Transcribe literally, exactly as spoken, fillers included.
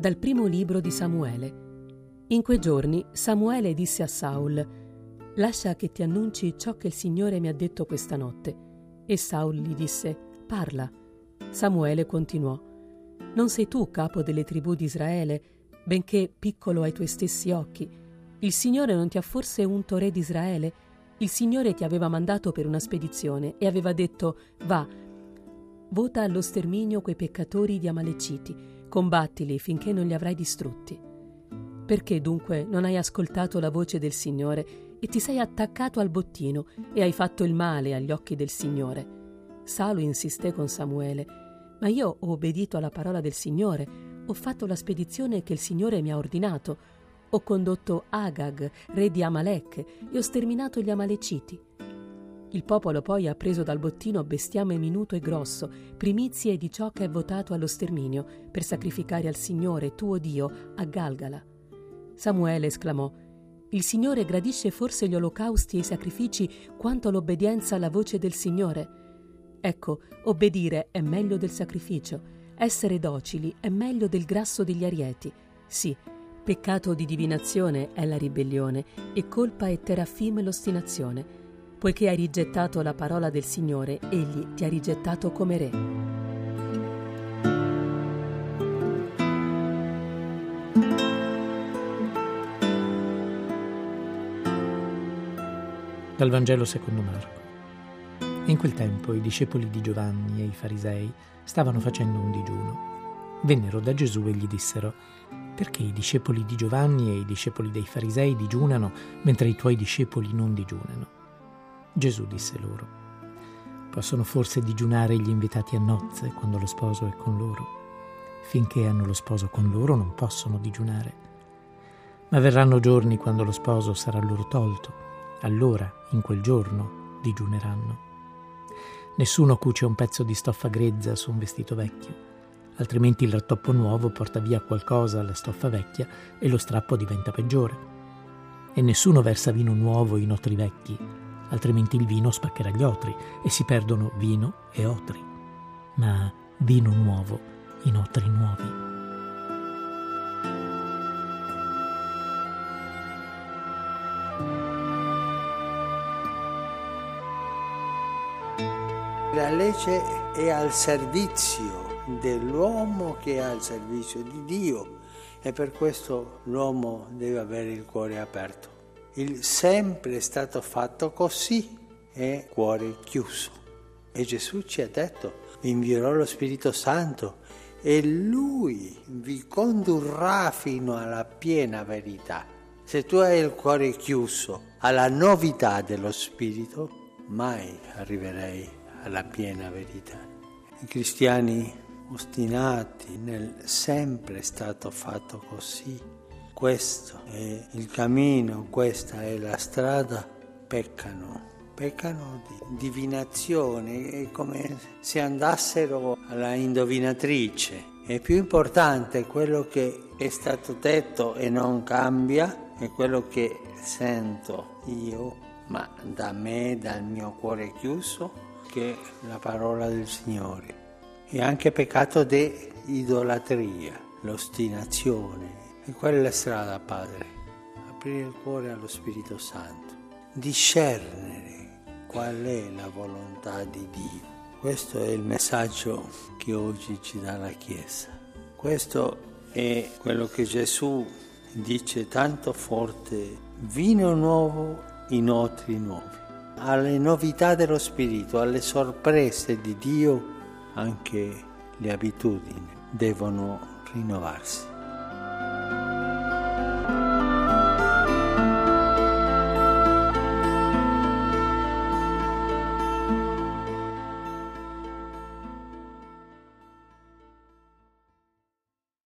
Dal primo libro di Samuele. In quei giorni Samuele disse a Saul: «Lascia che ti annunci ciò che il Signore mi ha detto questa notte». E Saul gli disse: «Parla». Samuele continuò: «Non sei tu capo delle tribù di Israele, benché piccolo ai tuoi stessi occhi? Il Signore non ti ha forse unto re di Israele? Il Signore ti aveva mandato per una spedizione e aveva detto: va, vota allo sterminio quei peccatori di Amaleciti, combattili finché non li avrai distrutti. Perché dunque non hai ascoltato la voce del Signore e ti sei attaccato al bottino e hai fatto il male agli occhi del Signore?» Saul insisté con Samuele: «Ma io ho obbedito alla parola del Signore, ho fatto la spedizione che il Signore mi ha ordinato, ho condotto Agag, re di Amalek, e ho sterminato gli Amaleciti». Il popolo poi ha preso dal bottino bestiame minuto e grosso, primizie di ciò che è votato allo sterminio, per sacrificare al Signore tuo Dio a Galgala. Samuele esclamò: «Il Signore gradisce forse gli olocausti e i sacrifici quanto l'obbedienza alla voce del Signore? Ecco, obbedire è meglio del sacrificio, essere docili è meglio del grasso degli arieti. Sì, peccato di divinazione è la ribellione e colpa e terafim l'ostinazione. Poiché hai rigettato la parola del Signore, egli ti ha rigettato come re». Dal Vangelo secondo Marco. In quel tempo i discepoli di Giovanni e i farisei stavano facendo un digiuno. Vennero da Gesù e gli dissero: «Perché i discepoli di Giovanni e i discepoli dei farisei digiunano, mentre i tuoi discepoli non digiunano?» Gesù disse loro: «Possono forse digiunare gli invitati a nozze quando lo sposo è con loro? Finché hanno lo sposo con loro non possono digiunare. Ma verranno giorni quando lo sposo sarà loro tolto. Allora, in quel giorno, digiuneranno. Nessuno cuce un pezzo di stoffa grezza su un vestito vecchio, altrimenti il rattoppo nuovo porta via qualcosa alla stoffa vecchia e lo strappo diventa peggiore. E nessuno versa vino nuovo in otri vecchi, altrimenti il vino spaccherà gli otri e si perdono vino e otri. Ma vino nuovo in otri nuovi». La legge è al servizio dell'uomo che è al servizio di Dio, e per questo l'uomo deve avere il cuore aperto. Il sempre è stato fatto così, è cuore chiuso. E Gesù ci ha detto: vi invierò lo Spirito Santo e Lui vi condurrà fino alla piena verità. Se tu hai il cuore chiuso alla novità dello Spirito, mai arriverai alla piena verità. I cristiani ostinati nel sempre è stato fatto così, questo è il cammino, questa è la strada, peccano, peccano di divinazione, è come se andassero alla indovinatrice. È più importante quello che è stato detto e non cambia, è quello che sento io, ma da me, dal mio cuore chiuso, che la parola del Signore. È anche peccato di idolatria, l'ostinazione. E qual è la strada, Padre? Aprire il cuore allo Spirito Santo, discernere qual è la volontà di Dio. Questo è il messaggio che oggi ci dà la Chiesa. Questo è quello che Gesù dice tanto forte: vino nuovo in otri nuovi. Alle novità dello Spirito, alle sorprese di Dio, anche le abitudini devono rinnovarsi.